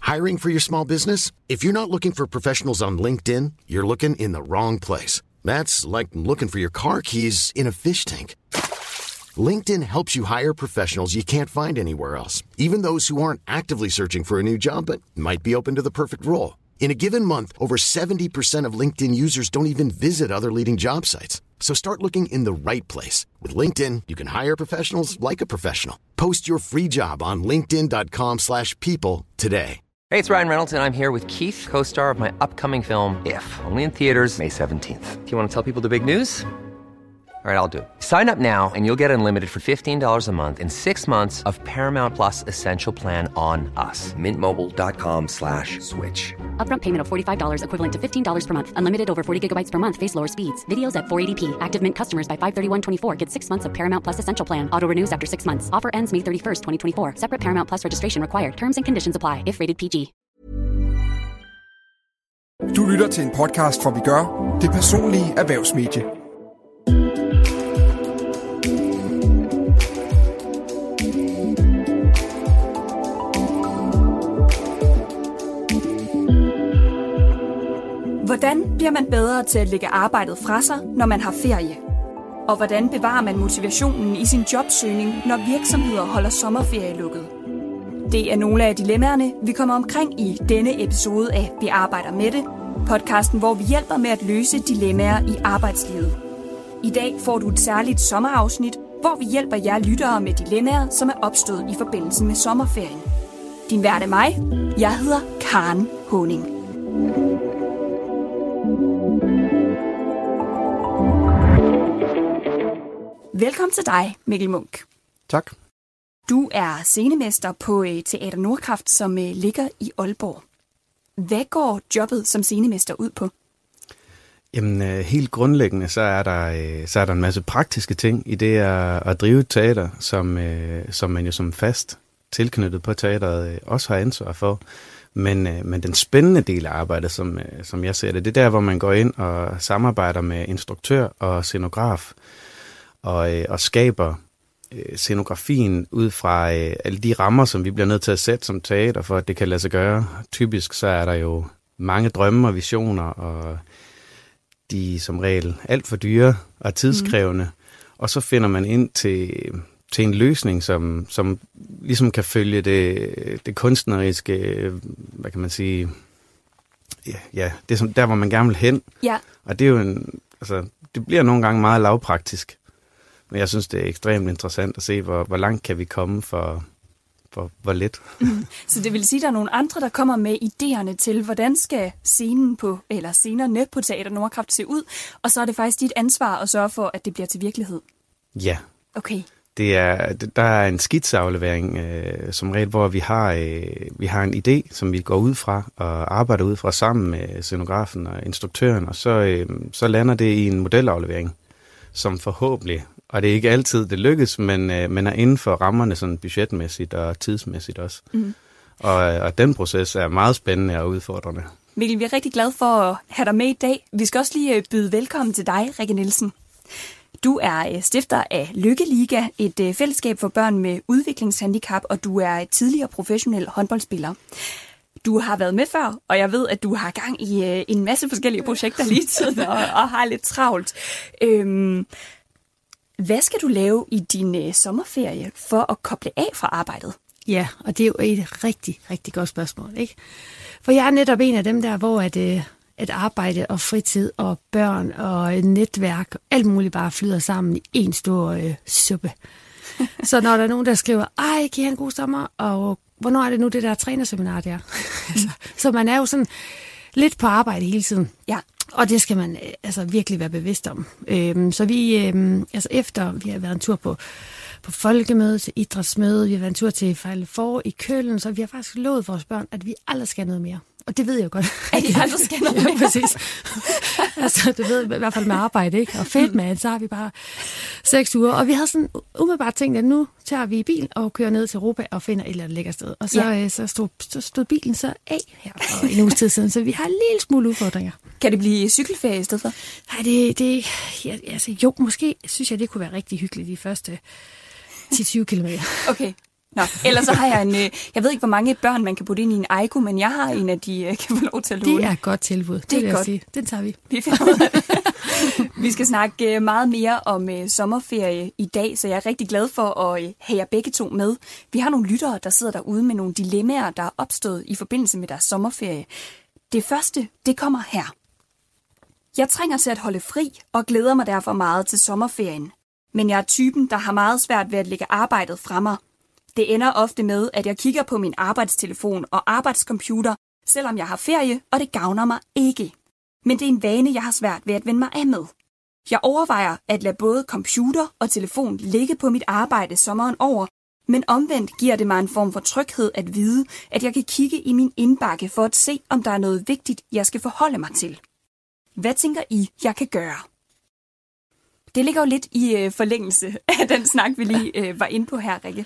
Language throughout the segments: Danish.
Hiring for your small business? If you're not looking for professionals on LinkedIn, you're looking in the wrong place. That's like looking for your car keys in a fish tank. LinkedIn helps you hire professionals you can't find anywhere else, even those who aren't actively searching for a new job but might be open to the perfect role. In a given month, over 70% of LinkedIn users don't even visit other leading job sites. So start looking in the right place. With LinkedIn, you can hire professionals like a professional. Post your free job on linkedin.com/people today. Hey, it's Ryan Reynolds, and I'm here with Keith, co-star of my upcoming film, If, only in theaters May 17th. Do you want to tell people the big news? All right, I'll do it. Sign up now and you'll get unlimited for $15 a month and 6 months of Paramount Plus Essential Plan on us. Mintmobile.com/switch. Upfront payment of $45 equivalent to $15 per month. Unlimited over 40 gigabytes per month. Face lower speeds. Videos at 480p. Active Mint customers by 531.24 get 6 months of Paramount Plus Essential Plan. Auto renews after 6 months. Offer ends May 31st, 2024. Separate Paramount Plus registration required. Terms and conditions apply if rated PG. Du lytter til en podcast, hvor vi gør det personlige erhvervsmedie. Hvordan bliver man bedre til at lægge arbejdet fra sig, når man har ferie? Og hvordan bevarer man motivationen i sin jobsøgning, når virksomheder holder sommerferie lukket? Det er nogle af dilemmaerne, vi kommer omkring i denne episode af Vi arbejder med det, podcasten, hvor vi hjælper med at løse dilemmaer i arbejdslivet. I dag får du et særligt sommerafsnit, hvor vi hjælper jer lyttere med dilemmaer, som er opstået i forbindelse med sommerferien. Din vært er mig. Jeg hedder Karen Håning. Velkommen til dig, Mikkel Munch. Tak. Du er scenemester på Teater Nordkraft, som ligger i Aalborg. Hvad går jobbet som scenemester ud på? Jamen, helt grundlæggende, så er der en masse praktiske ting i det at drive et teater, som man jo som fast tilknyttet på teateret også har ansvar for. Men den spændende del af arbejdet, som jeg ser det, det er der, hvor man går ind og samarbejder med instruktør og scenograf, og skaber scenografien ud fra alle de rammer, som vi bliver nødt til at sætte som teater, for at det kan lade sig gøre. Typisk så er der jo mange drømme og visioner, og de er som regel alt for dyre og tidskrævende. Og så finder man ind til en løsning, som ligesom kan følge det kunstneriske, hvad kan man sige, ja, det er som der, hvor man gerne vil hen. Ja. Og det er jo det bliver nogle gange meget lavpraktisk. Men jeg synes, det er ekstremt interessant at se, hvor langt kan vi komme for hvor lidt. Så det vil sige, at der er nogle andre, der kommer med idéerne til, hvordan skal scenerne på Teater Nordkraft se ud, og så er det faktisk dit ansvar at sørge for, at det bliver til virkelighed. Ja. Okay. Der er en skitseaflevering, som regel, hvor vi har en idé, som vi går ud fra og arbejder ud fra sammen med scenografen og instruktøren, og så lander det i en modelaflevering, som forhåbentlig, og det er ikke altid det lykkes, men er inden for rammerne sådan budgetmæssigt og tidsmæssigt også. Mm. Og den proces er meget spændende og udfordrende. Mikkel, vi er rigtig glade for at have dig med i dag. Vi skal også lige byde velkommen til dig, Rikke Nielsen. Du er stifter af Lykkeliga, et fællesskab for børn med udviklingshandicap, og du er tidligere professionel håndboldspiller. Du har været med før, og jeg ved, at du har gang i en masse forskellige projekter lige tiden og har lidt travlt. Hvad skal du lave i din sommerferie for at koble af fra arbejdet? Ja, og det er jo et rigtig, rigtig godt spørgsmål, ikke? For jeg er netop en af dem der, hvor at arbejde og fritid og børn og netværk, alt muligt bare flyder sammen i en stor suppe. Så når der er nogen, der skriver, ej, kan I have en god sommer, og hvornår er det nu det der trænerseminar der? Så man er jo sådan lidt på arbejde hele tiden. Ja. Og det skal man virkelig være bevidst om. Så vi, efter vi har været en tur på folkemøde, til idrætsmøde, vi har været en tur til Fejle For i Køln, så vi har faktisk lovet vores børn, at vi aldrig skal noget mere. Og det ved jeg jo godt. At I aldrig skal noget mere? Ja, præcis. Det ved jeg i hvert fald med arbejde, ikke? Og fedt med, så har vi bare 6 uger. Og vi havde sådan umiddelbart tænkt, at nu tager vi bil og kører ned til Europa og finder et eller andet lækkert sted. Og så stod bilen så af her for en uges tid siden, så vi har en lille smule udfordringer. Kan det blive cykelferie i stedet for? Nej, måske synes jeg, det kunne være rigtig hyggeligt de første 10-20 kilometer. Okay. Nå, ellers så har jeg jeg ved ikke, hvor mange børn man kan putte ind i en Aiko, men jeg har en af de, kan få lov til at låne. Det er et godt tilbud, det vil jeg sige. Den tager vi. Vi finder ud af det. Vi skal snakke meget mere om sommerferie i dag, så jeg er rigtig glad for at have jer begge to med. Vi har nogle lyttere, der sidder derude med nogle dilemmaer, der er opstået i forbindelse med deres sommerferie. Det første, det kommer her. Jeg trænger til at holde fri og glæder mig derfor meget til sommerferien. Men jeg er typen, der har meget svært ved at lægge arbejdet fra mig. Det ender ofte med, at jeg kigger på min arbejdstelefon og arbejdscomputer, selvom jeg har ferie, og det gavner mig ikke. Men det er en vane, jeg har svært ved at vende mig af med. Jeg overvejer at lade både computer og telefon ligge på mit arbejde sommeren over, men omvendt giver det mig en form for tryghed at vide, at jeg kan kigge i min indbakke for at se, om der er noget vigtigt, jeg skal forholde mig til. Hvad tænker I, jeg kan gøre? Det ligger jo lidt i forlængelse af den snak, vi lige var inde på her, Rikke.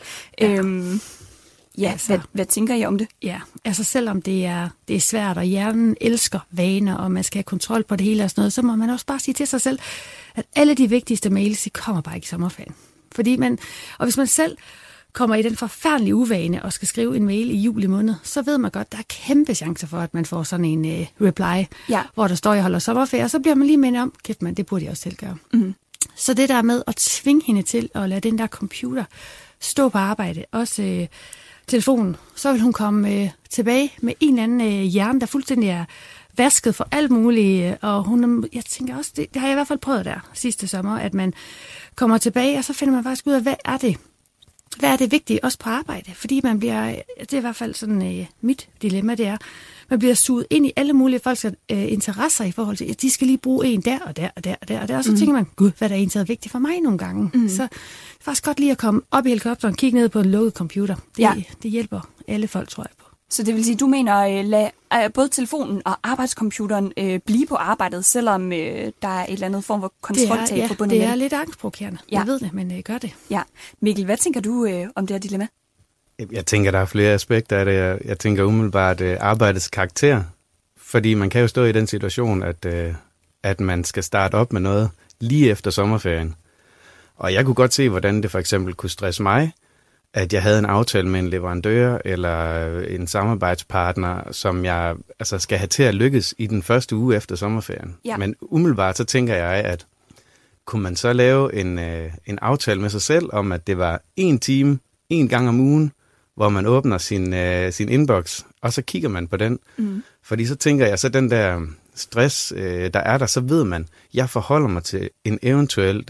Hvad tænker I om det? Ja, altså selvom det er svært, og hjernen elsker vaner, og man skal have kontrol på det hele og sådan noget, så må man også bare sige til sig selv, at alle de vigtigste mails, de kommer bare ikke i sommerferien. Og hvis man selv kommer i den forfærdelige uvane og skal skrive en mail i juli måned, så ved man godt, der er kæmpe chancer for, at man får sådan en reply, hvor der står, jeg holder sommerferie, og så bliver man lige mindet om, kæft man, det burde jeg også selv gøre. Mm. Så det der med at tvinge hende til at lade den der computer stå på arbejde, også telefonen, så vil hun komme tilbage med en eller anden hjerne, der fuldstændig er vasket for alt muligt, og jeg tænker også, det har jeg i hvert fald prøvet der sidste sommer, at man kommer tilbage, og så finder man faktisk ud af, hvad er det vigtige, også på arbejde? Fordi man bliver, det er i hvert fald sådan mit dilemma, det er, man bliver suget ind i alle mulige folks interesser i forhold til, at de skal lige bruge en der og der og der og der og der, og så tænker man, gud, hvad der er egentlig vigtigt for mig nogle gange. Så det er faktisk godt lige at komme op i helikopteren og kigge ned på en lukket computer. Det hjælper alle folk, tror jeg på. Så det vil sige, du mener, lad både telefonen og arbejdscomputeren blive på arbejdet, selvom der er et eller andet form for kontroltab forbundet med det? Det er lidt angstprovokerende. Ja. Jeg ved det, men gør det. Ja. Mikkel, hvad tænker du om det her dilemma? Jeg tænker, der er flere aspekter af det. Jeg tænker umiddelbart arbejdets karakter. Fordi man kan jo stå i den situation, at man skal starte op med noget lige efter sommerferien. Og jeg kunne godt se, hvordan det for eksempel kunne stresse mig, at jeg havde en aftale med en leverandør eller en samarbejdspartner, som jeg skal have til at lykkes i den første uge efter sommerferien. Ja. Men umiddelbart så tænker jeg, at kunne man så lave en aftale med sig selv om, at det var 1 time, 1 gang om ugen, hvor man åbner sin inbox, og så kigger man på den. Mm. Fordi så tænker jeg, så den der stress, der er der, så ved man, jeg forholder mig til en eventuel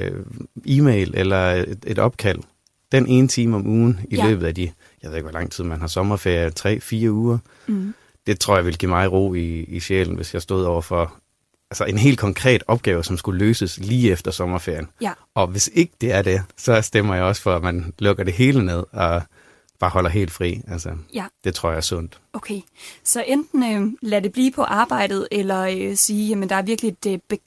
e-mail eller et opkald. Den 1 time om ugen i løbet af de, jeg ved ikke, hvor lang tid man har sommerferie, 3-4 uger. Mm. Det tror jeg vil give mig ro i sjælen, hvis jeg stod over for en helt konkret opgave, som skulle løses lige efter sommerferien. Ja. Og hvis ikke det er det, så stemmer jeg også for, at man lukker det hele ned og bare holder helt fri. Det tror jeg er sundt. Okay, så enten lad det blive på arbejdet, eller sige, jamen der er virkelig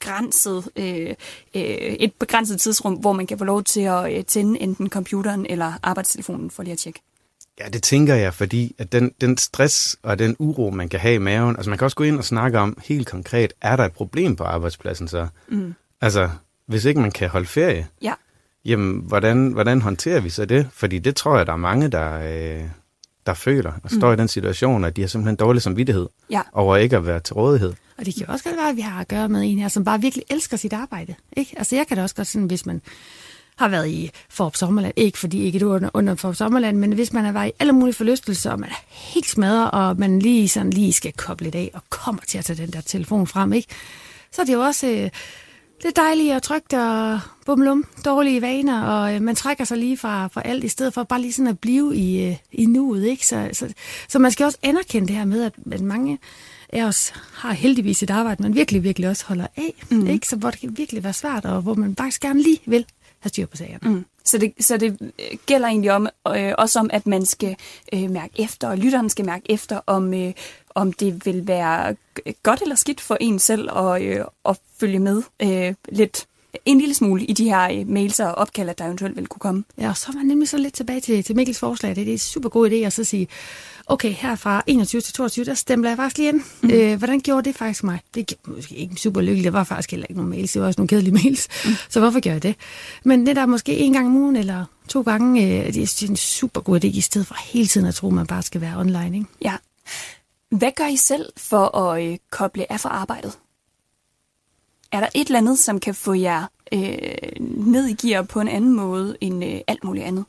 et begrænset tidsrum, hvor man kan få lov til at tænde enten computeren eller arbejdstelefonen for lige at tjekke. Ja, det tænker jeg, fordi at den stress og den uro, man kan have i maven, man kan også gå ind og snakke om helt konkret, er der et problem på arbejdspladsen så? Mm. Hvis ikke man kan holde ferie, jamen, hvordan håndterer vi så det? Fordi det tror jeg, der er mange, der føler og står i den situation, at de har simpelthen dårlig samvittighed over ikke at være til rådighed. Og det kan jo også godt være, at vi har at gøre med en her, som bare virkelig elsker sit arbejde. Ikke? Jeg kan da også godt sådan, hvis man har været i Fårup Sommerland, ikke fordi ikke du under Fårup Sommerland, men hvis man har været i alle mulige forlystelser, og man er helt smadret, og man lige skal koble lidt af, og kommer til at tage den der telefon frem, ikke? Så er det jo også det er dejligt og trygt og bumlum, dårlige vaner, og man trækker sig lige fra alt, i stedet for bare lige sådan at blive i nuet, ikke? Så man skal også anerkende det her med, at mange af os har heldigvis et arbejde, man virkelig, virkelig også holder af, ikke? Så hvor det kan virkelig være svært, og hvor man faktisk gerne lige vil have styr på sagerne. Mm. Så det gælder egentlig også om, at man skal mærke efter, og lytteren skal mærke efter, om det vil være godt eller skidt for en selv at følge med lidt en lille smule i de her mails og opkald, der eventuelt vil kunne komme. Ja, og så var man nemlig så lidt tilbage til Mikkels forslag. Det er en super god idé at så sige, okay, her fra 21 til 22, der stempler jeg faktisk lige ind. Hvordan gjorde det faktisk mig? Det gjorde måske ikke super lykkeligt. Det var faktisk heller ikke nogen mails. Det var også nogle kedelige mails. Så hvorfor gør jeg det? Men det der måske 1 gang om ugen eller 2 gange, det er en super god idé, i stedet for hele tiden at tro, at man bare skal være online. Ikke? Ja. Hvad gør I selv for at koble af fra arbejdet? Er der et eller andet, som kan få jer ned i gear på en anden måde end alt muligt andet?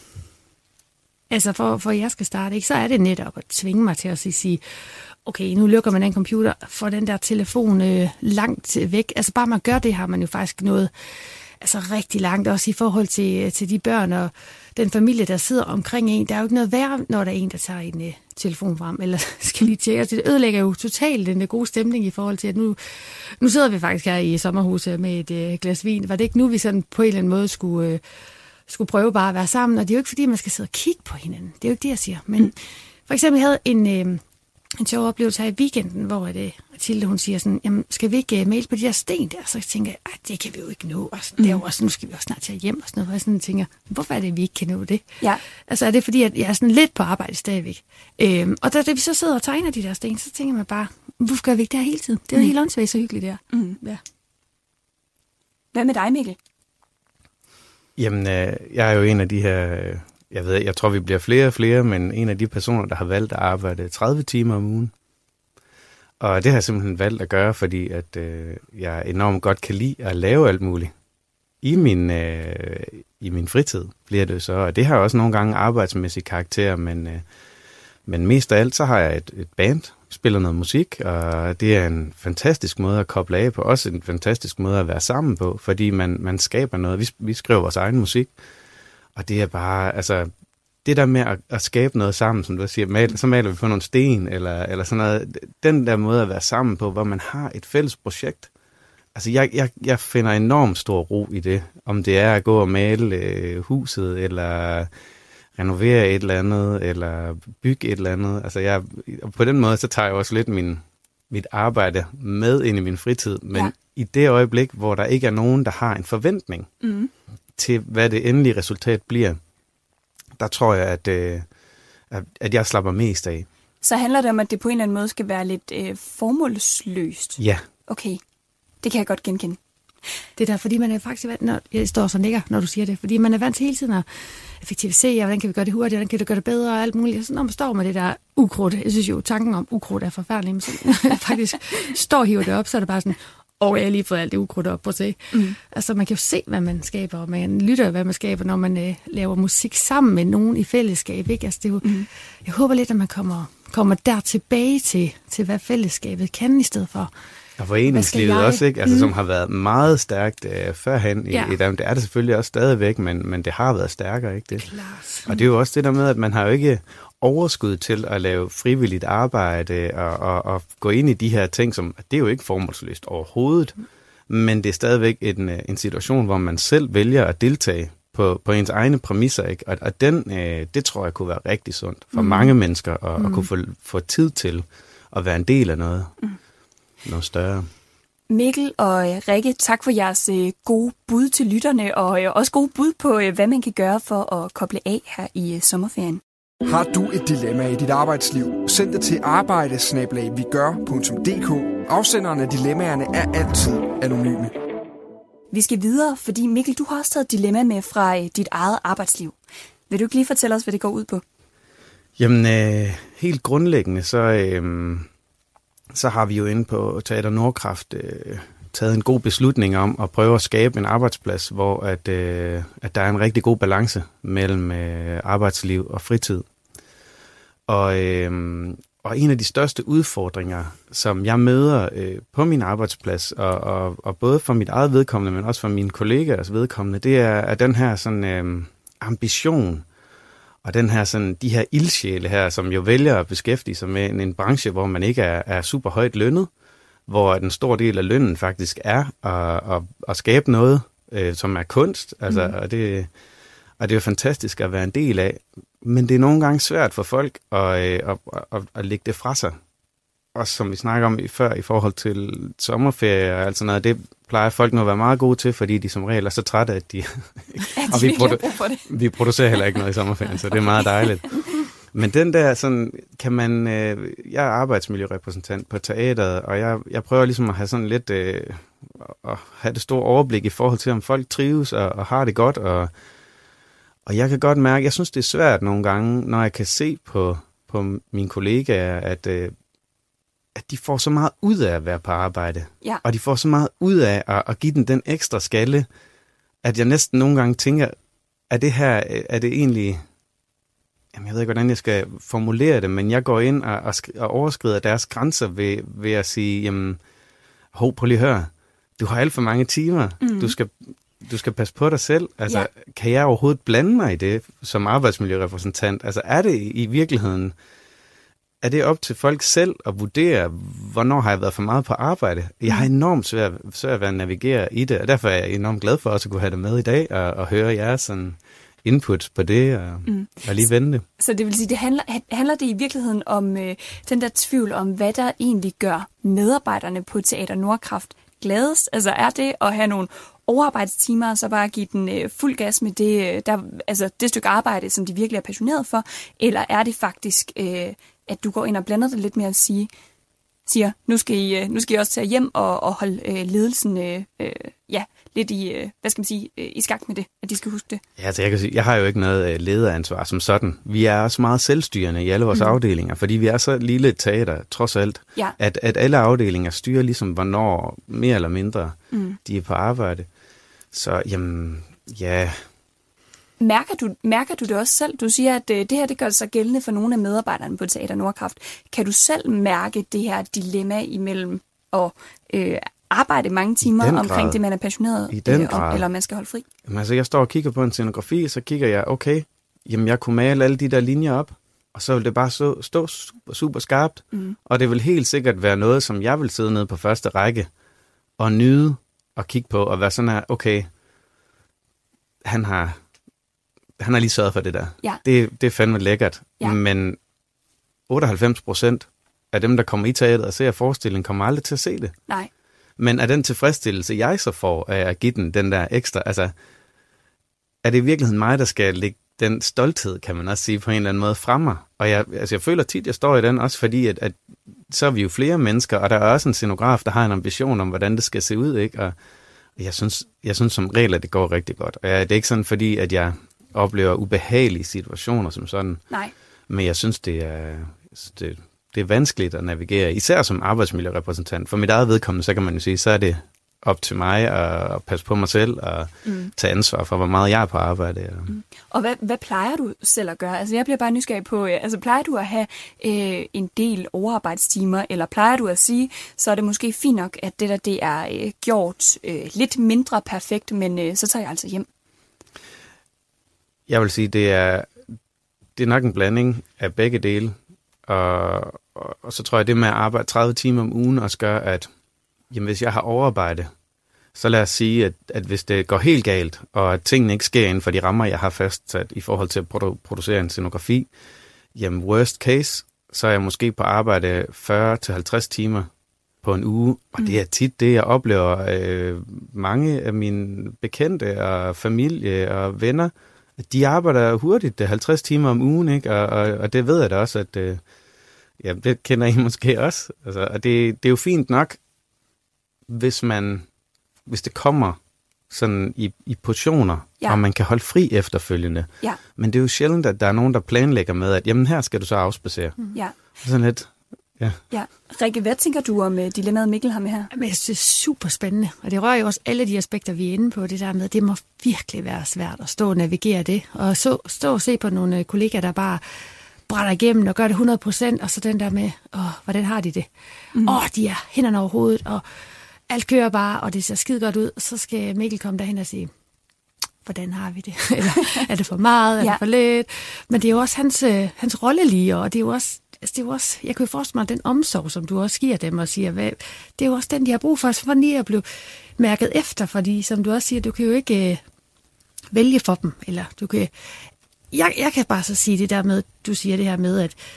Altså for jeg skal starte, ikke, så er det netop at tvinge mig til at sige, okay, nu lukker man den computer, for den der telefon langt væk. Altså bare man gør det, har man jo faktisk nået rigtig langt, også i forhold til de børn og den familie, der sidder omkring en. Der er jo ikke noget værre, når der er en, der tager en telefon frem, eller skal lige tjekke. Det ødelægger jo totalt den gode stemning i forhold til, at nu sidder vi faktisk her i sommerhuset med et glas vin. Var det ikke nu, vi sådan på en eller anden måde skulle prøve bare at være sammen? Og det er jo ikke, fordi man skal sidde og kigge på hinanden. Det er jo ikke det, jeg siger. Men for eksempel, jeg havde en sjov oplevelse her i weekenden, hvor Mathilde, hun siger sådan, jamen, skal vi ikke maile på de der sten der? Så tænker jeg, det kan vi jo ikke nå. Og det er jo også, nu skal vi også snart til hjem og sådan noget. Og jeg sådan tænker, hvorfor er det, vi ikke kan nå det? Ja. Altså er det fordi, at jeg er sådan lidt på arbejde stadigvæk. Og da vi så sidder og tegner de der sten, så tænker man bare, hvorfor gør vi ikke det her hele tiden? Det er jo helt åndssvagt så hyggeligt der. Ja. Hvad med dig, Mikkel? Jamen, jeg er jo en af de her, jeg tror, vi bliver flere og flere, men en af de personer, der har valgt at arbejde 30 timer om ugen. Og det har jeg simpelthen valgt at gøre, fordi at jeg enormt godt kan lide at lave alt muligt. I min fritid bliver det så, og det har også nogle gange arbejdsmæssig karakter, men mest af alt, så har jeg et band, spiller noget musik, og det er en fantastisk måde at koble af på, også en fantastisk måde at være sammen på, fordi man skaber noget. Vi skriver vores egen musik, og det er bare, altså, det der med at skabe noget sammen, som du siger, så maler vi på nogle sten, eller sådan noget, den der måde at være sammen på, hvor man har et fælles projekt. Altså, jeg finder enormt stor ro i det, om det er at gå og male huset, eller renovere et eller andet, eller bygge et eller andet. Altså, på den måde, så tager jeg også lidt mit arbejde med ind i min fritid, men i det øjeblik, hvor der ikke er nogen, der har en forventning til, hvad det endelige resultat bliver, der tror jeg, at jeg slapper mest af. Så handler det om, at det på en eller anden måde skal være lidt formålsløst? Ja. Okay, det kan jeg godt genkende. Det er der, fordi man er faktisk vant, når jeg står så nikker, når du siger det, fordi man er vant til hele tiden at effektivisere, hvordan kan vi gøre det hurtigt, hvordan kan vi gøre det bedre og alt muligt. Så når man står med det der ukrudt, jeg synes jo, tanken om ukrudt er forfærdelig, men så faktisk står og hiver det op, så er det bare sådan, jeg har lige fået alt det ukrudt op på at se. Altså man kan jo se, hvad man skaber, og man lytter, hvad man skaber, når man laver musik sammen med nogen i fællesskab. Ikke? Altså, det er jo, jeg håber lidt, at man kommer der tilbage til, hvad fællesskabet kan i stedet for. Og foreningslivet også, ikke? Altså, som har været meget stærkt førhen i dem. Det er det selvfølgelig også stadigvæk, men det har været stærkere, ikke det? Klart. Og det er jo også det der med, at man har jo ikke overskud til at lave frivilligt arbejde og gå ind i de her ting, som det er jo ikke formålsløst overhovedet, men det er stadigvæk en situation, hvor man selv vælger at deltage på ens egne præmisser, ikke? Og det tror jeg kunne være rigtig sundt for mange mennesker at kunne få tid til at være en del af noget. Noget større. Mikkel og Rikke, tak for jeres gode bud til lytterne, og også gode bud på, hvad man kan gøre for at koble af her i sommerferien. Har du et dilemma i dit arbejdsliv? Send det til arbejde@vigør.dk. Afsenderne af dilemmaerne er altid anonyme. Vi skal videre, fordi Mikkel, du har også taget et dilemma med fra dit eget arbejdsliv. Vil du ikke lige fortælle os, hvad det går ud på? Jamen, helt grundlæggende, så har vi jo inde på Teater Nordkraft taget en god beslutning om at prøve at skabe en arbejdsplads, hvor at der er en rigtig god balance mellem arbejdsliv og fritid. Og en af de største udfordringer, som jeg møder på min arbejdsplads, og både for mit eget vedkommende, men også for mine kollegaers vedkommende, det er den her sådan ambition, og den her sådan, de her ildsjæle her, som jo vælger at beskæftige sig med en branche, hvor man ikke er super højt lønnet, hvor en stor del af lønnen faktisk er at skabe noget, som er kunst. Altså, og det er jo fantastisk at være en del af. Men det er nogle gange svært for folk at lægge det fra sig. også som vi snakker om før i forhold til sommerferie og alt sådan noget, det plejer folk nu at være meget gode til, fordi de som regel er så trætte, at de... og vi producerer heller ikke noget i sommerferien, så det er meget dejligt. Men den der sådan, kan man... jeg er arbejdsmiljørepræsentant på teateret, og jeg prøver ligesom at have sådan lidt... at have det store overblik i forhold til, om folk trives og har det godt, og jeg kan godt mærke, jeg synes, det er svært nogle gange, når jeg kan se på mine kollegaer, at de får så meget ud af at være på arbejde. Ja. Og de får så meget ud af at give den ekstra skalle, at jeg næsten nogle gange tænker, er det egentlig... Jamen, jeg ved ikke, hvordan jeg skal formulere det, men jeg går ind og overskrider deres grænser ved at sige, jamen, prøv lige at høre, du har alt for mange timer, du skal passe på dig selv. Altså, kan jeg overhovedet blande mig i det som arbejdsmiljørepræsentant? Altså, er det i virkeligheden, er det op til folk selv at vurdere, hvornår har jeg været for meget på arbejde? Jeg har enormt svært ved at navigere i det, og derfor er jeg enormt glad for også at kunne have det med i dag og høre jeres sådan input på det og lige vende det. Så det vil sige, det handler det i virkeligheden om den der tvivl om, hvad der egentlig gør medarbejderne på Teater Nordkraft gladest? Altså er det at have nogle overarbejdstimer, og så bare give den fuld gas med det stykke arbejde, som de virkelig er passioneret for, eller er det faktisk, at du går ind og blander det lidt mere og siger, nu skal I også tage hjem og holde ledelsen lidt i, i skak med det, at de skal huske det? Ja, altså jeg kan sige, jeg har jo ikke noget lederansvar som sådan. Vi er også meget selvstyrende i alle vores afdelinger, fordi vi er så lille et teater, trods alt, at alle afdelinger styrer ligesom, hvornår mere eller mindre de er på arbejde. Så, jamen, ja... Mærker du det også selv? Du siger, at det her det gør sig gældende for nogle af medarbejderne på Teater Nordkraft. Kan du selv mærke det her dilemma imellem at arbejde mange timer omkring det, man er passioneret om, eller man skal holde fri? Jamen, altså, jeg står og kigger på en scenografi, så kigger jeg, okay, jamen jeg kunne male alle de der linjer op, og så vil det bare stå super skarpt, og det vil helt sikkert være noget, som jeg vil sidde nede på første række og nyde og kigge på, og være sådan her, okay, han har lige sørget for det der. Ja. Det er fandme lækkert. Ja. Men 98% af dem, der kommer i teateret og ser forestillingen, kommer aldrig til at se det. Nej. Men er den tilfredsstillelse, jeg så får af at give den der ekstra, altså, er det i virkeligheden mig, der skal lægge den stolthed, kan man også sige, på en eller anden måde fra mig? Og jeg føler tit, jeg står i den, også fordi, at så er vi jo flere mennesker, og der er også en scenograf, der har en ambition om, hvordan det skal se ud, ikke? Og jeg synes som regel, at det går rigtig godt. Og det er ikke sådan, fordi, at jeg oplever ubehagelige situationer som sådan. Nej. Men jeg synes, det er vanskeligt at navigere, især som arbejdsmiljørepræsentant. For mit eget vedkommende, så kan man jo sige, så er det op til mig at passe på mig selv og tage ansvar for, hvor meget jeg er på arbejde. Og hvad plejer du selv at gøre? Altså, jeg bliver bare nysgerrig på, plejer du at have en del overarbejdstimer, eller plejer du at sige, så er det måske fint nok, at det der, det er gjort lidt mindre perfekt, men så tager jeg altså hjem? Jeg vil sige, det er nok en blanding af begge dele, og så tror jeg, det med at arbejde 30 timer om ugen også gør, at jamen, hvis jeg har overarbejde, så lad os sige, at hvis det går helt galt, og at tingene ikke sker inden for de rammer, jeg har fastsat i forhold til at producere en scenografi, jamen worst case, så er jeg måske på arbejde 40-50 timer på en uge, og det er tit det, jeg oplever. Mange af mine bekendte og familie og venner, de arbejder hurtigt, 50 timer om ugen, ikke? Og det ved jeg da også, at det kender I måske også. Altså, og det er jo fint nok, hvis det kommer sådan i portioner, og man kan holde fri efterfølgende. Ja. Men det er jo sjældent, at der er nogen, der planlægger med, at jamen her skal du så afspacere. Ja. Sådan lidt. Ja. Rikke, hvad tænker du om dilemmaet Mikkel har med her? Jamen, jeg synes, det er super spændende, og det rører jo også alle de aspekter, vi er inde på. Det der med, det må virkelig være svært at stå og navigere det, og stå og se på nogle kollegaer, der bare brænder igennem og gør det 100%, og så den der med, hvordan har de det? De er hænderne over hovedet, og alt kører bare, og det ser skide godt ud, så skal Mikkel komme derhen og sige, hvordan har vi det? Eller er det for meget? Er det for lidt? Men det er jo også hans rolle lige, og det er jo også, jeg kan jo forestille mig, den omsorg, som du også giver dem og siger, det er jo også den, de har brug for lige at blive mærket efter, fordi som du også siger, du kan jo ikke vælge for dem, eller du kan... Jeg kan bare så sige det der med, du siger det her med,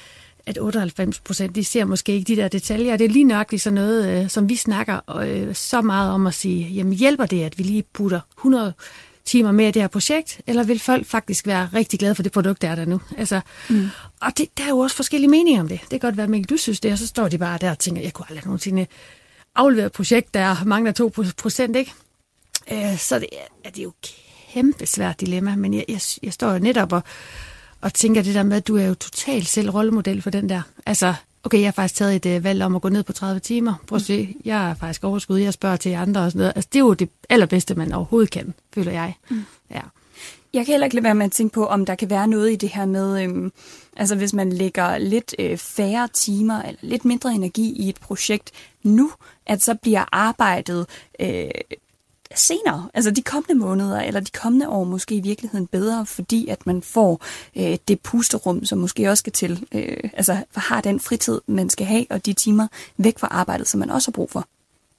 at 98%, de ser måske ikke de der detaljer. Det er lige nøjagtigt sådan noget, som vi snakker så meget om at sige, jamen hjælper det, at vi lige putter 100 timer mere i det her projekt, eller vil folk faktisk være rigtig glade for det produkt, der er der nu? Altså, og der er jo også forskellige meninger om det. Det kan godt være, Mikkel, du synes det, og så står de bare der og tænker, jeg kunne aldrig nogensinde aflevere et projekt, der mangler 2%, ikke? Så det er jo kæmpe svært dilemma, men jeg står jo netop og tænker det der med, at du er jo totalt selv rollemodel for den der. Altså, okay, jeg har faktisk taget et valg om at gå ned på 30 timer. Prøv at se, jeg er faktisk overskud, jeg spørger til andre og sådan noget. Altså, det er jo det allerbedste, man overhovedet kan, føler jeg. Ja. Jeg kan heller ikke lade være med at tænke på, om der kan være noget i det her med, altså hvis man lægger lidt færre timer eller lidt mindre energi i et projekt nu, at så bliver arbejdet senere, altså de kommende måneder eller de kommende år måske i virkeligheden bedre, fordi at man får det pusterum, som måske også skal til, altså har den fritid, man skal have, og de timer væk fra arbejdet, som man også har brug for.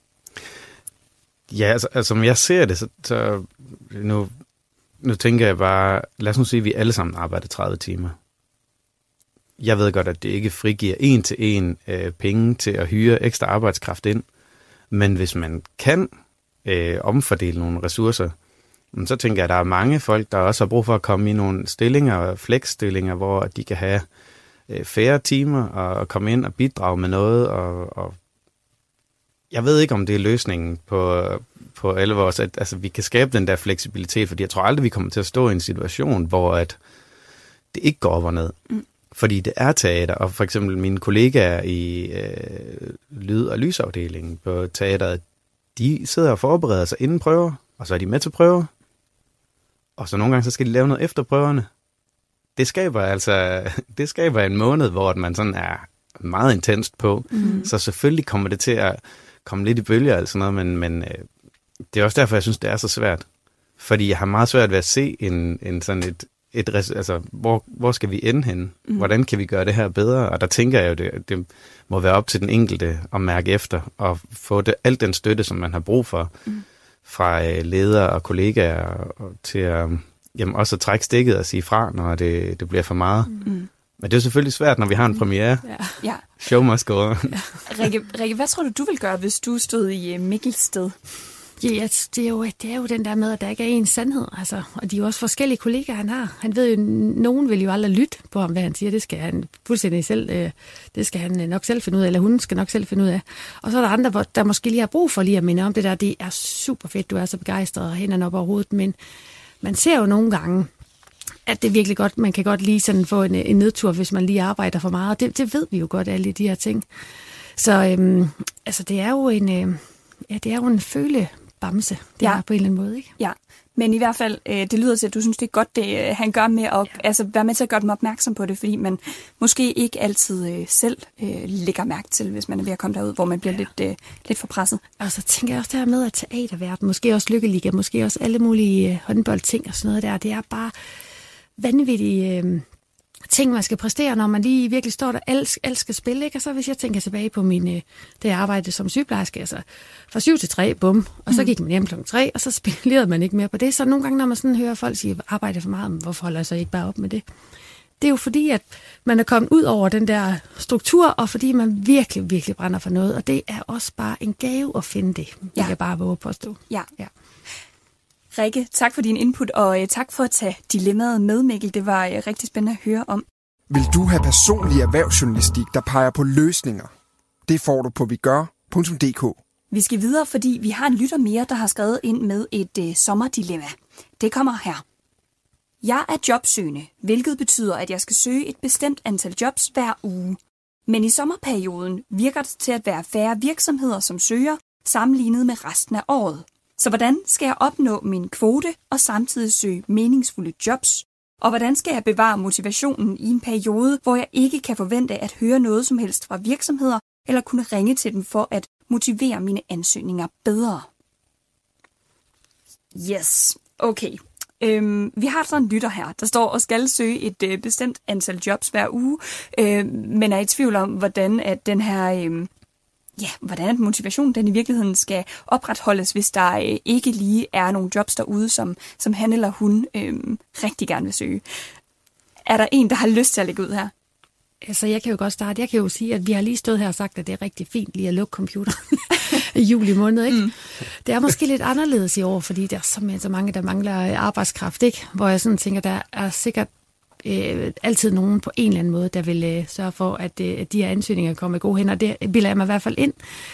Ja, altså som jeg ser det, så nu tænker jeg bare, lad os nu sige, at vi alle sammen arbejder 30 timer. Jeg ved godt, at det ikke frigiver en til en penge til at hyre ekstra arbejdskraft ind, men hvis man kan omfordele nogle ressourcer, så tænker jeg, at der er mange folk, der også har brug for at komme i nogle stillinger, flexstillinger, hvor de kan have færre timer og komme ind og bidrage med noget. Og jeg ved ikke, om det er løsningen på alle vores, at altså, vi kan skabe den der fleksibilitet, fordi jeg tror aldrig, vi kommer til at stå i en situation, hvor at det ikke går op og ned. Fordi det er teater, og for eksempel mine kollegaer i lyd- og lysafdelingen på teateret, de sidder og forbereder sig inden prøver, og så er de med til prøver, og så nogle gange så skal de lave noget efter prøverne. Det skaber en måned, hvor man sådan er meget intenst på, så selvfølgelig kommer det til at komme lidt i bølger og sådan noget, men det er også derfor, jeg synes, det er så svært. Fordi jeg har meget svært ved at se en sådan altså, hvor skal vi ende henne? Hvordan kan vi gøre det her bedre? Og der tænker jeg jo, det må være op til den enkelte at mærke efter og få alt den støtte, som man har brug for fra ledere og kollegaer og til at også at trække stikket og sige fra, når det bliver for meget. Men det er selvfølgelig svært, når vi har en premiere. Ja. Show must go on. Rikke, hvad tror du vil gøre, hvis du stod i Mikkels sted? Ja, det er jo den der med, at der ikke er en sandhed. Altså, og de er jo også forskellige kollegaer, han har. Han ved jo, nogen vil jo aldrig lytte på ham, hvad han siger. Det skal han fuldstændig selv, det skal han nok selv finde ud af, eller hun skal nok selv finde ud af. Og så er der andre, der måske lige har brug for lige at minde om det der. Det er super fedt, du er så begejstret og hænderne op over hovedet, men man ser jo nogle gange, at det er virkelig godt, man kan godt lige sådan få en nedtur, hvis man lige arbejder for meget. Det ved vi jo godt, alle de her ting. Så altså, det er jo en følebamse, det er på en eller anden måde, ikke? Ja, men i hvert fald, det lyder til, at du synes, det er godt, det han gør med at være med til at gøre dem opmærksom på det, fordi man måske ikke altid selv lægger mærke til, hvis man er ved at komme derud, hvor man bliver lidt for presset. Og så tænker jeg også der med, at teaterverden, måske også Lykkeliga, måske også alle mulige håndboldting og sådan noget der, det er bare vanvittige ting, man skal præstere, når man lige virkelig står der, alt skal spille, ikke? Og så hvis jeg tænker tilbage på da jeg arbejdede som sygeplejerske, altså fra 7 til 3, bum, og så gik man hjem klokken 3, og så spillerede man ikke mere på det. Så nogle gange, når man sådan hører folk sige, arbejder for meget, hvorfor holder jeg så ikke bare op med det? Det er jo fordi, at man er kommet ud over den der struktur, og fordi man virkelig, virkelig brænder for noget, og det er også bare en gave at finde det. Det kan bare våge påstå. Ja. Rikke, tak for din input, og tak for at tage dilemmaet med, Mikkel. Det var rigtig spændende at høre om. Vil du have personlig erhvervsjournalistik, der peger på løsninger? Det får du på vigør.dk. Vi skal videre, fordi vi har en lytter mere, der har skrevet ind med et sommerdilemma. Det kommer her. Jeg er jobsøgende, hvilket betyder, at jeg skal søge et bestemt antal jobs hver uge. Men i sommerperioden virker det til at være færre virksomheder, som søger, sammenlignet med resten af året. Så hvordan skal jeg opnå min kvote og samtidig søge meningsfulde jobs? Og hvordan skal jeg bevare motivationen i en periode, hvor jeg ikke kan forvente at høre noget som helst fra virksomheder, eller kunne ringe til dem for at motivere mine ansøgninger bedre? Yes, okay. Vi har sådan en lytter her, der står og skal søge et bestemt antal jobs hver uge, men er i tvivl om, hvordan at den her... hvordan motivationen den i virkeligheden skal opretholdes, hvis der ikke lige er nogle jobs derude, som han eller hun rigtig gerne vil søge. Er der en, der har lyst til at lægge ud her? Altså, jeg kan jo godt starte. Jeg kan jo sige, at vi har lige stået her og sagt, at det er rigtig fint lige at lukke computeren i juli måned, ikke? Mm. Det er måske lidt anderledes i år, fordi der er simpelthen så mange, der mangler arbejdskraft, ikke? Hvor jeg sådan tænker, der er sikkert altid nogen på en eller anden måde, der vil sørge for, at de her ansøgninger kommer i gode hænder. Det bilder jeg mig i hvert fald ind.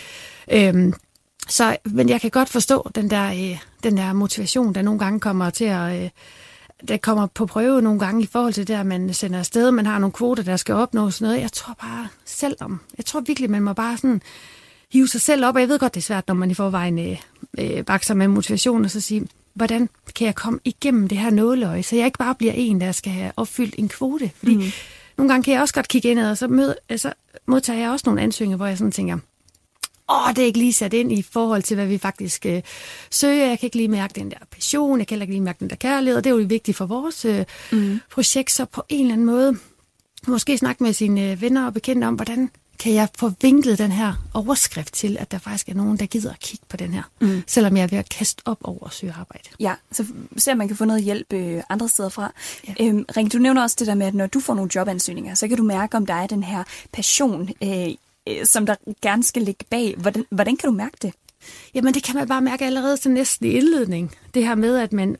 Men jeg kan godt forstå den der motivation, der nogle gange kommer til at... der kommer på prøve nogle gange i forhold til det, at man sender afsted, man har nogle kvoter, der skal opnås noget. Jeg tror virkelig, man må bare sådan hive sig selv op, og jeg ved godt, det er svært, når man i forvejen bakser med motivation, og så sige, hvordan kan jeg komme igennem det her nåleøje, så jeg ikke bare bliver en, der skal have opfyldt en kvote. Fordi nogle gange kan jeg også godt kigge indad, og så modtager jeg også nogle ansøgninger, hvor jeg sådan tænker, det er ikke lige sat ind i forhold til, hvad vi faktisk søger. Jeg kan ikke lige mærke den der passion, jeg kan ikke lige mærke den der kærlighed, og det er jo vigtigt for vores projekt, så på en eller anden måde måske snakke med sine venner og bekendte om, hvordan kan jeg få vinklet den her overskrift til, at der faktisk er nogen, der gider at kigge på den her, selvom jeg er ved at kaste op over at søge arbejde. Ja, så ser man kan få noget hjælp andre steder fra. Ja. Rikke, du nævner også det der med, at når du får nogle jobansøgninger, så kan du mærke, om der er den her passion, som der gerne skal ligge bag. Hvordan kan du mærke det? Jamen, det kan man bare mærke allerede så næsten i indledning. Det her med, at man,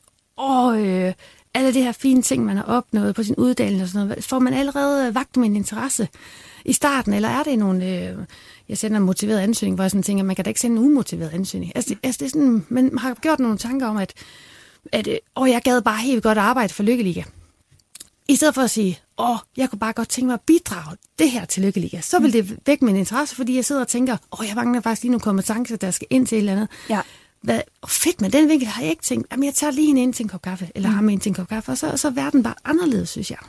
alle de her fine ting, man har opnået på sin uddannelse og sådan noget, får man allerede vagt med en interesse i starten, eller er det nogle... jeg sender en motiveret ansøgning, hvor jeg sådan tænker, man kan da ikke sende en umotiveret ansøgning. Altså, det er sådan, man har gjort nogle tanker om, at jeg gad bare helt godt arbejde for Lykkeliga. I stedet for at sige, jeg kunne bare godt tænke mig at bidrage det her til Lykkeliga, så vil det vække min interesse, fordi jeg sidder og tænker, jeg mangler faktisk lige nogle kompetencer, der skal ind til et eller andet. Ja. Fedt, men den vinkel har jeg ikke tænkt. Jamen, jeg tager lige hende ind til en kop kaffe, eller ham ind til en kop kaffe, og så er verden bare anderledes, synes jeg.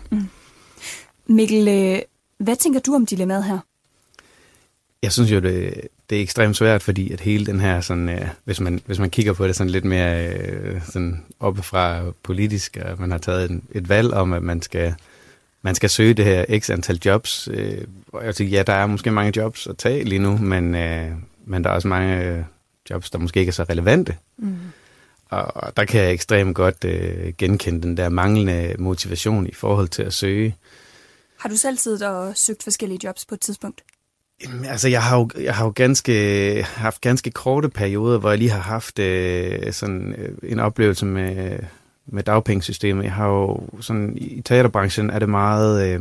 Mikkel, hvad tænker du om dilemmaet her? Jeg synes jo, det er ekstremt svært, fordi at hele den her, sådan, hvis man kigger på det sådan lidt mere sådan oppefra politisk, og man har taget et valg om, at man skal søge det her x antal jobs. Og jeg tænker, der er måske mange jobs at tage lige nu, men der er også mange jobs, der måske ikke er så relevante. Og der kan jeg ekstremt godt genkende den der manglende motivation i forhold til at søge. Har du selv siddet og søgt forskellige jobs på et tidspunkt? Altså, jeg har jo haft ganske korte perioder, hvor jeg lige har haft sådan en oplevelse med dagpengesystemet. Jeg har jo sådan, i teaterbranchen er det meget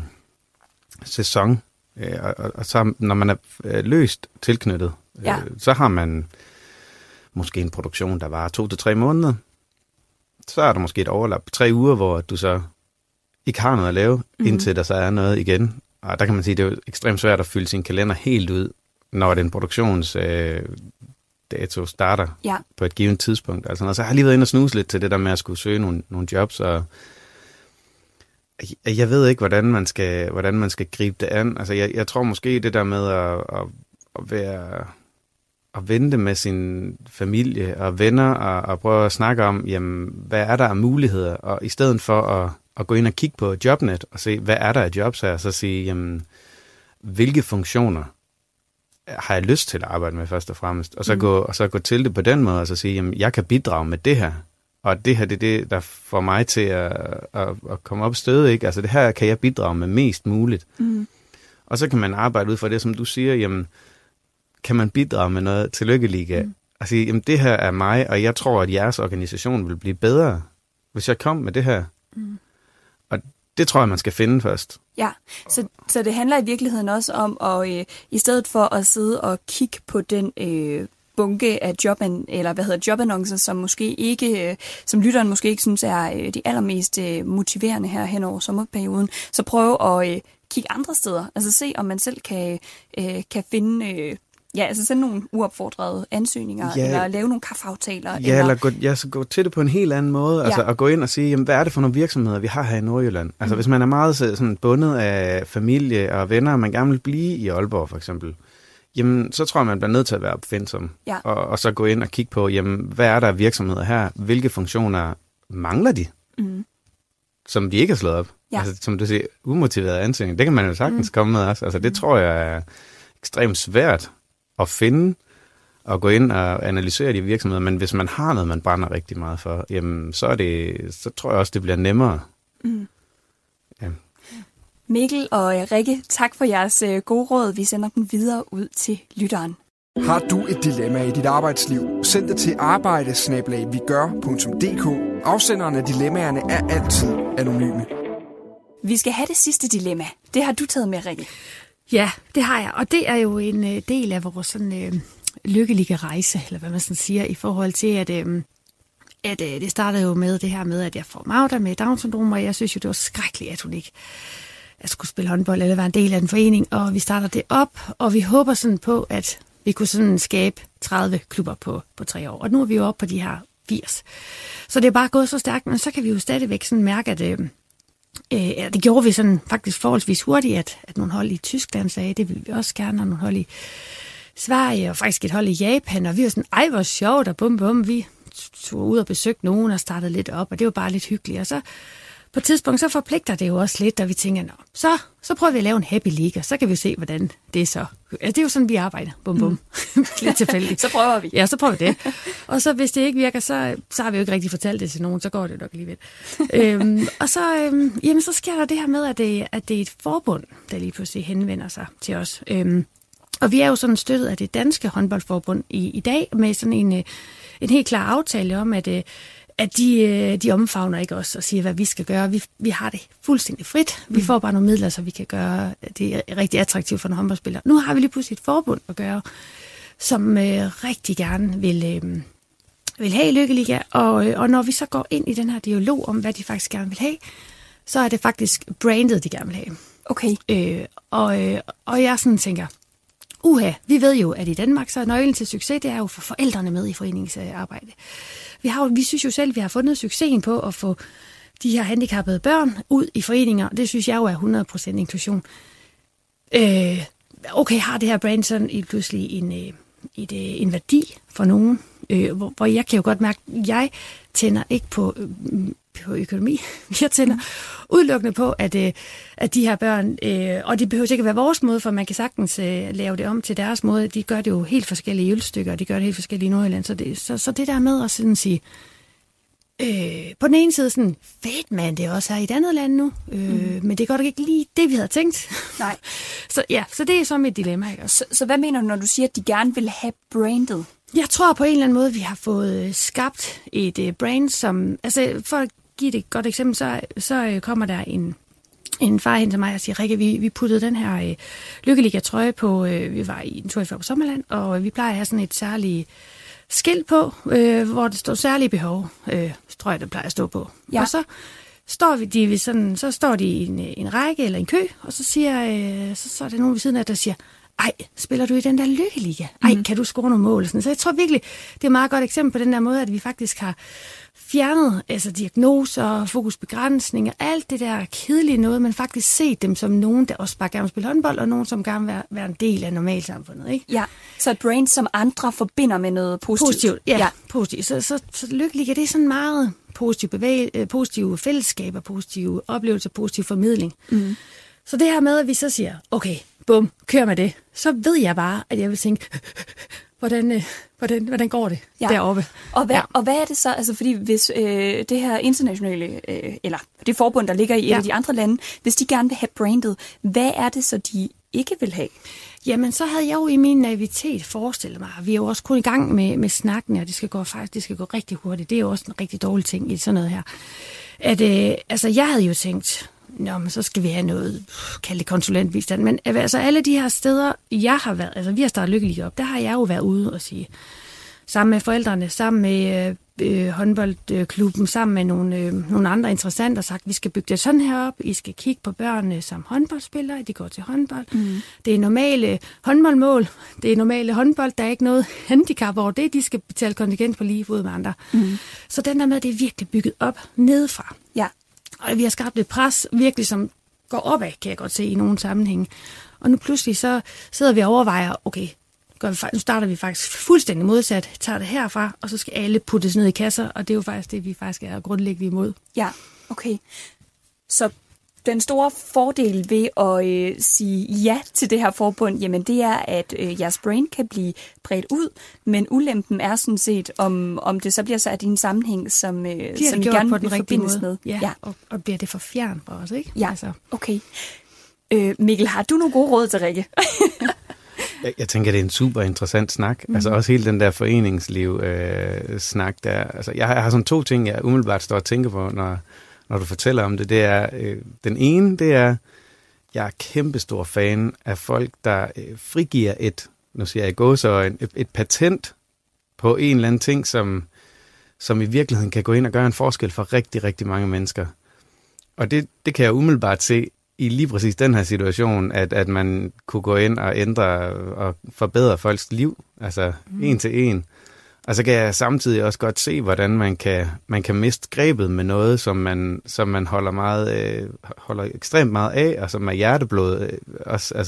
sæson, og så når man er løst tilknyttet, så har man måske en produktion, der varer 2 til 3 måneder. Så er der måske et overlap på 3 uger, hvor du så ikke har noget at lave, indtil der så er noget igen. Og der kan man sige, at det er jo ekstremt svært at fylde sin kalender helt ud, når den produktionsdato starter på et givet tidspunkt. Altså, så jeg har lige været inde og snuse lidt til det der med at skulle søge nogle jobs, og jeg ved ikke, hvordan man skal gribe det an. Altså, jeg tror måske det der med at vente med sin familie og venner og prøve at snakke om, jamen, hvad er der af muligheder, og i stedet for at gå ind og kigge på Jobnet og se, hvad er der af jobs her, og så sige, jamen, hvilke funktioner har jeg lyst til at arbejde med først og fremmest, og så gå til det på den måde, og så sige, jamen, jeg kan bidrage med det her, og det her, det er det, der får mig til at komme op støde, ikke? Altså, det her kan jeg bidrage med mest muligt. Og så kan man arbejde ud fra det, som du siger, jamen, kan man bidrage med noget til Lykkeliga? Og sige, jamen, det her er mig, og jeg tror, at jeres organisation vil blive bedre, hvis jeg kom med det her. Og det tror jeg, man skal finde først. Ja, så det handler i virkeligheden også om, at i stedet for at sidde og kigge på den bunke af jobannoncer, som måske ikke, som lytteren måske ikke synes er de allermest motiverende her hen over sommerperioden, så prøv at kigge andre steder. Altså se, om man selv kan finde... altså sende nogle uopfordrede ansøgninger, eller lave nogle kaffeaftaler. Så gå til det på en helt anden måde. Altså at gå ind og sige, jamen, hvad er det for nogle virksomheder, vi har her i Nordjylland? Altså hvis man er meget sådan bundet af familie og venner, og man gerne vil blive i Aalborg for eksempel, jamen så tror jeg, man bliver nødt til at være opfindsom. Og så gå ind og kigge på, jamen, hvad er der af virksomheder her? Hvilke funktioner mangler de? Som de ikke har slået op? Altså som du siger, umotiveret ansøgning, det kan man jo sagtens komme med også. Altså det tror jeg er ekstremt svært at finde og gå ind og analysere de virksomheder, men hvis man har noget, man brænder rigtig meget for, jamen, så tror jeg også, det bliver nemmere. Mikkel og Rikke, tak for jeres gode råd. Vi sender dem videre ud til lytteren. Har du et dilemma i dit arbejdsliv? Send det til arbejde@vigør.dk. Afsenderne af dilemmaerne er altid anonyme. Vi skal have det sidste dilemma. Det har du taget med, Rikke. Ja, det har jeg, og det er jo en del af vores sådan, lykkelige rejse, eller hvad man sådan siger, i forhold til, at det startede jo med det her med, at jeg får Magda med Down-syndrom, og jeg synes jo, det var skrækkeligt, at hun ikke skulle spille håndbold eller være en del af en forening, og vi starter det op, og vi håber sådan på, at vi kunne sådan skabe 30 klubber på 3 år, og nu er vi jo oppe på de her 80. Så det er bare gået så stærkt, men så kan vi jo stadigvæk sådan mærke, at det gjorde vi sådan faktisk forholdsvis hurtigt, at nogle hold i Tyskland sagde, det ville vi også gerne, og nogle hold i Sverige, og faktisk et hold i Japan, og vi var sådan, ej hvor sjovt, og bum, vi tog ud og besøgte nogen og startede lidt op, og det var bare lidt hyggeligt, og så på et tidspunkt, så forpligter det jo også lidt, og vi tænker, så prøver vi at lave en happy league, og så kan vi se, hvordan det er så. Ja, det er jo sådan, vi arbejder. Bum. Lidt tilfældigt. Så prøver vi. Ja, så prøver vi det. Og så hvis det ikke virker, så har vi jo ikke rigtig fortalt det til nogen, så går det nok alligevel. Og så, så sker der det her med, at det er et forbund, der lige pludselig henvender sig til os. Og vi er jo sådan støttet af det danske håndboldforbund i dag, med sådan en helt klar aftale om, at de omfavner ikke os og siger, hvad vi skal gøre. Vi har det fuldstændig frit. Vi får bare nogle midler, så vi kan gøre det rigtig attraktivt for en håndboldspiller. Nu har vi lige pludselig et forbund at gøre, som rigtig gerne vil have Lykkeliga. Og når vi så går ind i den her dialog om, hvad de faktisk gerne vil have, så er det faktisk brandet, de gerne vil have. Okay. Og jeg sådan tænker, vi ved jo, at i Danmark, så er nøglen til succes, det er jo for forældrene med i foreningsarbejde. Vi synes jo selv, at vi har fundet succesen på at få de her handicappede børn ud i foreninger. Det synes jeg jo er 100% inklusion. Har det her brand sådan pludselig en værdi for nogen, hvor jeg kan jo godt mærke, at jeg tænder ikke på økonomi. Jeg tænder udelukkende på, at de her børn, og det behøver ikke at være vores måde, for man kan sagtens lave det om til deres måde. De gør det jo helt forskellige i Ølstykker, og de gør det helt forskellige i Nordjylland. Så det der med at sådan sige, på den ene side sådan, fedt man, det er også her i et andet land nu, men det gør ikke lige det, vi havde tænkt. Nej. Så det er så mit dilemma. Ikke? Så hvad mener du, når du siger, at de gerne vil have brandet? Jeg tror på en eller anden måde, vi har fået skabt et brand, som, altså for at give det et godt eksempel, så kommer der en far hen til mig og siger, Rikke, vi puttede den her Lykkeliga-trøje på, vi var i en tur på Sommerland, og vi plejer at have sådan et særligt skilt på, hvor det står særlige behov, tror jeg, det plejer at stå på. Ja. Og så står de i en række eller en kø, og så er der nogen ved siden af, der siger, ej, spiller du i den der Lykkeliga? Ej, kan du score nogle mål? Så jeg tror virkelig, det er et meget godt eksempel på den der måde, at vi faktisk har fjernet diagnoser, fokusbegrænsninger, alt det der kedelige noget, men faktisk set dem som nogen, der også bare gerne vil spille håndbold, og nogen, som gerne vil være en del af normalsamfundet. Ikke? Ja, så et brand, som andre forbinder med noget positivt. Ja, positivt. Så Lykkeliga, det er sådan meget positive fællesskaber, positive oplevelser, positiv formidling. Mm. Så det her med, at vi så siger, okay, bum, kør med det, så ved jeg bare, at jeg vil tænke, hvordan går det deroppe? Og hvad er det så? Altså, fordi hvis det her internationale, eller det forbund, der ligger i et af de andre lande, hvis de gerne vil have brandet, hvad er det så, de ikke vil have? Jamen, så havde jeg jo i min naivitet forestillet mig, vi er jo også kun i gang med snakken, og det skal gå rigtig hurtigt. Det er jo også en rigtig dårlig ting i sådan noget her. Jeg havde jo tænkt, men så skal vi have noget, kalde det konsulentbistand. Men altså alle de her steder, jeg har været, vi har startet Lykkeliga op, der har jeg jo været ude og sige, sammen med forældrene, sammen med håndboldklubben, sammen med nogle andre interessenter, sagt, vi skal bygge det sådan her op, I skal kigge på børnene som håndboldspillere, de går til håndbold. Mm. Det er normale håndboldmål, det er normale håndbold, der er ikke noget handicap over det, de skal betale kontingent på lige fod med andre. Mm. Så den der med, det er virkelig bygget op nedefra. Ja. Og vi har skabt et pres, virkelig som går opad, kan jeg godt se i nogle sammenhænge. Og nu pludselig så sidder vi og overvejer, okay, nu starter vi faktisk fuldstændig modsat, tager det herfra, og så skal alle puttes ned i kasser, og det er jo faktisk det, vi faktisk er grundlæggende imod. Ja, okay. Så den store fordel ved at sige ja til det her forbund, jamen det er, at jeres brand kan blive bredt ud, men ulempen er sådan set, om det så bliver sat i en sammenhæng, som I gerne vil forbindes med. Ja. Og bliver det for fjern for os, ikke? Ja, okay. Mikkel, har du nogle gode råd til Rikke? Jeg tænker, det er en super interessant snak. Altså også hele den der foreningsliv-snak der. Altså, jeg har sådan 2 ting, jeg umiddelbart står og tænker på, når du fortæller om det. Det er, den ene, det er, jeg er kæmpestor fan af folk, der frigiver nu siger jeg i gåseøjne, et patent på en eller anden ting, som i virkeligheden kan gå ind og gøre en forskel for rigtig, rigtig mange mennesker. Og det kan jeg umiddelbart se i lige præcis den her situation, at man kunne gå ind og ændre og forbedre folks liv, altså en til en. Og så kan jeg samtidig også godt se, hvordan man kan miste grebet med noget, som man holder ekstremt meget af, og som er hjerteblod også. Altså,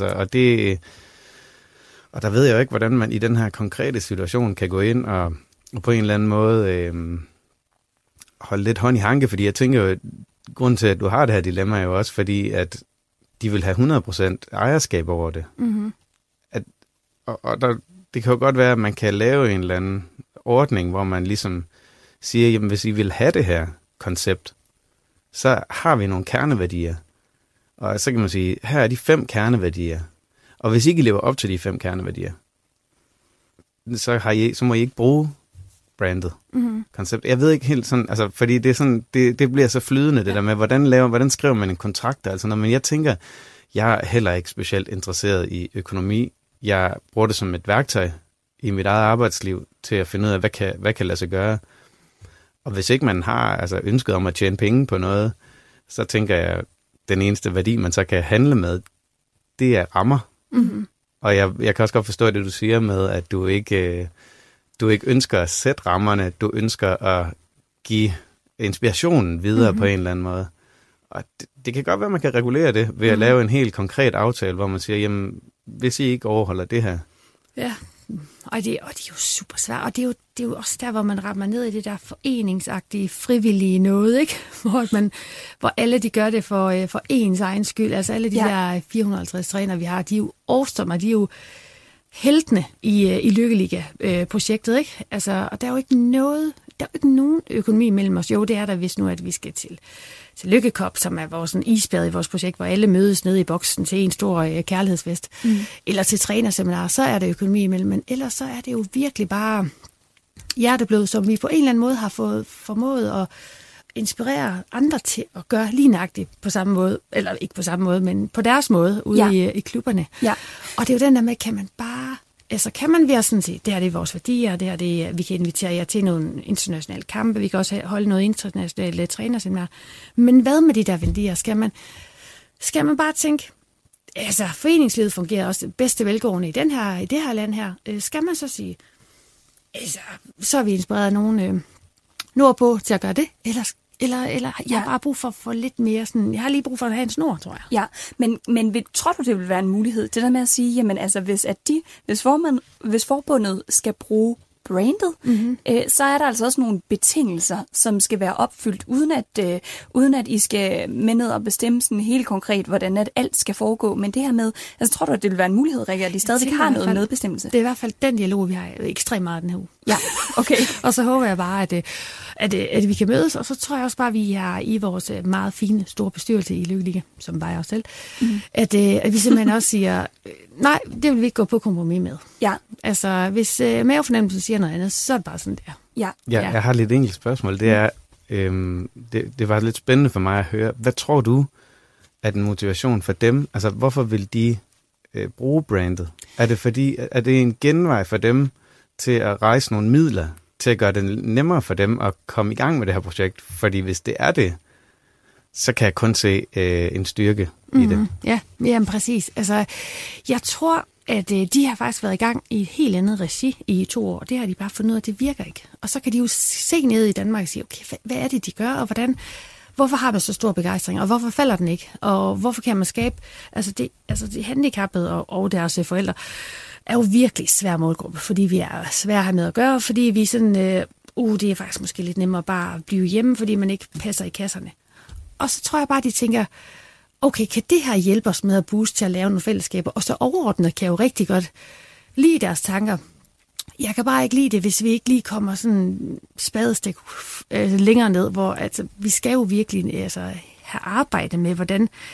og der ved jeg jo ikke, hvordan man i den her konkrete situation kan gå ind og på en eller anden måde holde lidt hånd i hanke, fordi jeg tænker jo, grunden til, at du har det her dilemma er jo også, fordi at de vil have 100% ejerskab over det. Mm-hmm. Det kan jo godt være, at man kan lave en eller anden ordning, hvor man ligesom siger, jamen hvis I vil have det her koncept, så har vi nogle kerneværdier. Og så kan man sige, her er de 5 kerneværdier. Og hvis I ikke lever op til de 5 kerneværdier, så må I ikke bruge brandet koncept. Jeg ved ikke helt sådan, altså, fordi det er sådan, det bliver så flydende, det der med, hvordan skriver man en kontrakt, altså, men jeg tænker, jeg er heller ikke specielt interesseret i økonomi. Jeg bruger det som et værktøj i mit eget arbejdsliv til at finde ud af, hvad kan lade sig gøre. Og hvis ikke man har ønsket om at tjene penge på noget, så tænker jeg, den eneste værdi, man så kan handle med, det er rammer. Mm-hmm. Og jeg kan også godt forstå det, du siger med, at du ikke ønsker at sætte rammerne, du ønsker at give inspirationen videre på en eller anden måde. Og det kan godt være, at man kan regulere det ved at lave en helt konkret aftale, hvor man siger, jamen, hvis I ikke overholder det her. Ja, og det er jo super svært, og det er jo også der, hvor man rammer ned i det der foreningsagtige, frivillige noget, ikke? Hvor alle de gør det for ens egen skyld. Altså alle de der 450 trænere, vi har, de er jo awesome, de er jo heltene i Lykkeliga-projektet, ikke? Altså, og der er jo ikke nogen økonomi mellem os. Jo, det er der, hvis nu, at vi skal til Lykkekop, som er vores isbad i vores projekt, hvor alle mødes nede i boksen til en stor kærlighedsfest, eller til trænerseminar, så er der økonomi imellem. Men ellers så er det jo virkelig bare hjerteblod, som vi på en eller anden måde har formået at inspirere andre til at gøre lige nøjagtigt på samme måde, eller ikke på samme måde, men på deres måde ude i klubberne. Ja. Og det er jo den der med, kan man være sådan set, det her det er vores værdier, det her det vi kan invitere jer til nogle internationale kampe, vi kan også holde noget internationale trænerseminar. Men hvad med de der værdier? Skal man bare tænke, altså foreningslivet fungerer også bedste velgående i det her land her. Skal man så sige, altså, så har vi inspireret nogen nordpå til at gøre det, eller jeg har bare brug for at få lidt mere sådan, jeg har lige brug for at have en snor, tror jeg. Ja, men tror du, det vil være en mulighed? Det der med at sige, jamen altså, hvis forbundet skal bruge brandet, så er der altså også nogle betingelser, som skal være opfyldt, uden at I skal med ned og bestemme sådan helt konkret, hvordan at alt skal foregå. Men det her med, altså tror du, at det vil være en mulighed, Rikke, at I stadig har noget medbestemmelse? Det er i hvert fald den dialog, vi har ekstremt meget den her uge. Ja, okay. Og så håber jeg bare, at vi kan mødes, og så tror jeg også bare, at vi er i vores meget fine, store bestyrelse i Lykkeliga, som bare jeg også selv, at vi simpelthen også siger, nej, det vil vi ikke gå på kompromis med. Ja. Altså, hvis mavefornemmelsen siger noget andet, så er det bare sådan der. Ja, jeg har lidt enkelt spørgsmål. Det er, det var lidt spændende for mig at høre. Hvad tror du er den motivation for dem? Altså, hvorfor vil de bruge brandet? Er det en genvej for dem til at rejse nogle midler, til at gøre det nemmere for dem at komme i gang med det her projekt? Fordi hvis det er det, så kan jeg kun se en styrke i det. Ja, jamen præcis. Altså, jeg tror, at de har faktisk været i gang i et helt andet regi i 2 år. Det har de bare fundet ud af, at det virker ikke. Og så kan de jo se ned i Danmark og sige, okay, hvad er det, de gør, og hvorfor har man så stor begejstring, og hvorfor falder den ikke? Og hvorfor kan man skabe, de handicappede og deres forældre er jo virkelig svær målgruppe, fordi vi er svære at have med at gøre, fordi vi sådan, det er faktisk måske lidt nemmere bare at blive hjemme, fordi man ikke passer i kasserne. Og så tror jeg bare, de tænker, okay, kan det her hjælpe os med at booste til at lave nogle fællesskaber? Og så overordnet kan jeg jo rigtig godt lide deres tanker. Jeg kan bare ikke lide det, hvis vi ikke lige kommer sådan spadestik længere ned, hvor vi skal jo virkelig have arbejde med, hvordan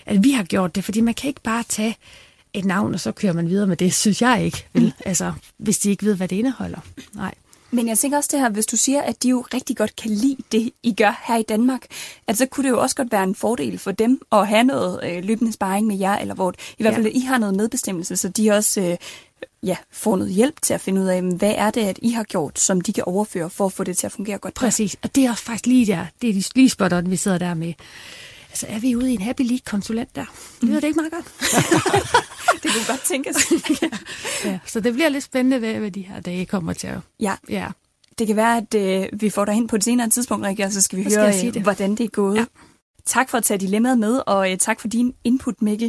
at vi har gjort det, fordi man kan ikke bare tage et navn, og så kører man videre med det, synes jeg ikke. Vel? Altså, hvis de ikke ved, hvad det indeholder. Nej. Men jeg tænker også det her, hvis du siger, at de jo rigtig godt kan lide det, I gør her i Danmark, at så kunne det jo også godt være en fordel for dem at have noget løbende sparring med jer, eller hvor i hvert fald, at I har noget medbestemmelse, så de også får noget hjælp til at finde ud af, hvad er det, at I har gjort, som de kan overføre for at få det til at fungere godt. Præcis, og det er også faktisk lige der, det er lige spotteren, vi sidder der med. Altså, er vi ude i en Happy League-konsulent der? Lyder det ikke meget godt? Det kunne godt tænkes. Ja, så det bliver lidt spændende, hvad de her dage kommer til at... Ja. Det kan være, at vi får dig hen på et senere tidspunkt, Rikke, og så skal vi høre, hvordan det er gået. Ja. Tak for at tage dilemmaet med, og tak for din input, Mikkel.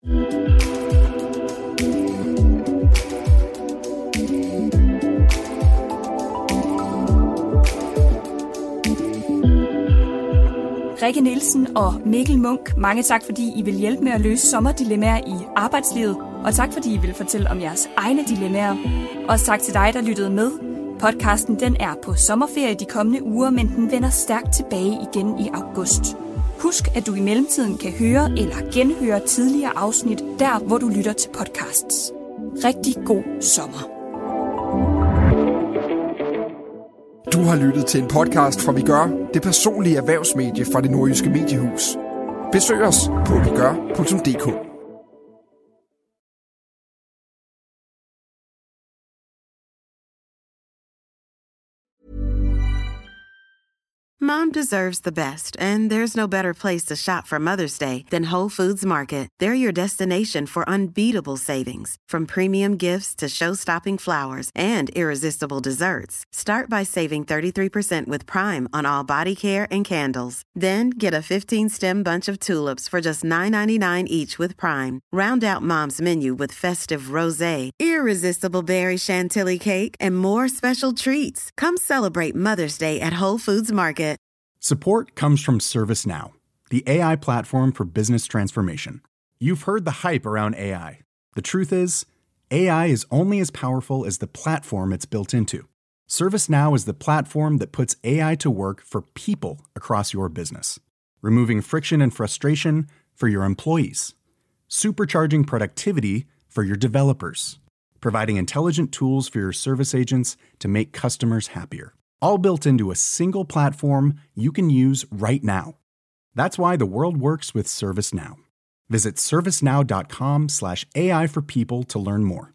Rikke Nielsen og Mikkel Munch, mange tak, fordi I vil hjælpe med at løse sommerdilemmaer i arbejdslivet, og tak, fordi I vil fortælle om jeres egne dilemmaer. Også tak til dig, der lyttede med. Podcasten den er på sommerferie de kommende uger, men den vender stærkt tilbage igen i august. Husk, at du i mellemtiden kan høre eller genhøre tidligere afsnit, der hvor du lytter til podcasts. Rigtig god sommer. Du har lyttet til en podcast fra Vi Gør, det personlige erhvervsmedie fra Det Nordjyske Mediehus. Besøg os på vigør.dk. Mom deserves the best, and there's no better place to shop for Mother's Day than Whole Foods Market. They're your destination for unbeatable savings, from premium gifts to show-stopping flowers and irresistible desserts. Start by saving 33% with Prime on all body care and candles. Then get a 15-stem bunch of tulips for just $9.99 each with Prime. Round out Mom's menu with festive rosé, irresistible berry chantilly cake, and more special treats. Come celebrate Mother's Day at Whole Foods Market. Support comes from ServiceNow, the AI platform for business transformation. You've heard the hype around AI. The truth is, AI is only as powerful as the platform it's built into. ServiceNow is the platform that puts AI to work for people across your business, removing friction and frustration for your employees, supercharging productivity for your developers, providing intelligent tools for your service agents to make customers happier. All built into a single platform you can use right now. That's why the world works with ServiceNow. Visit servicenow.com/AI for people to learn more.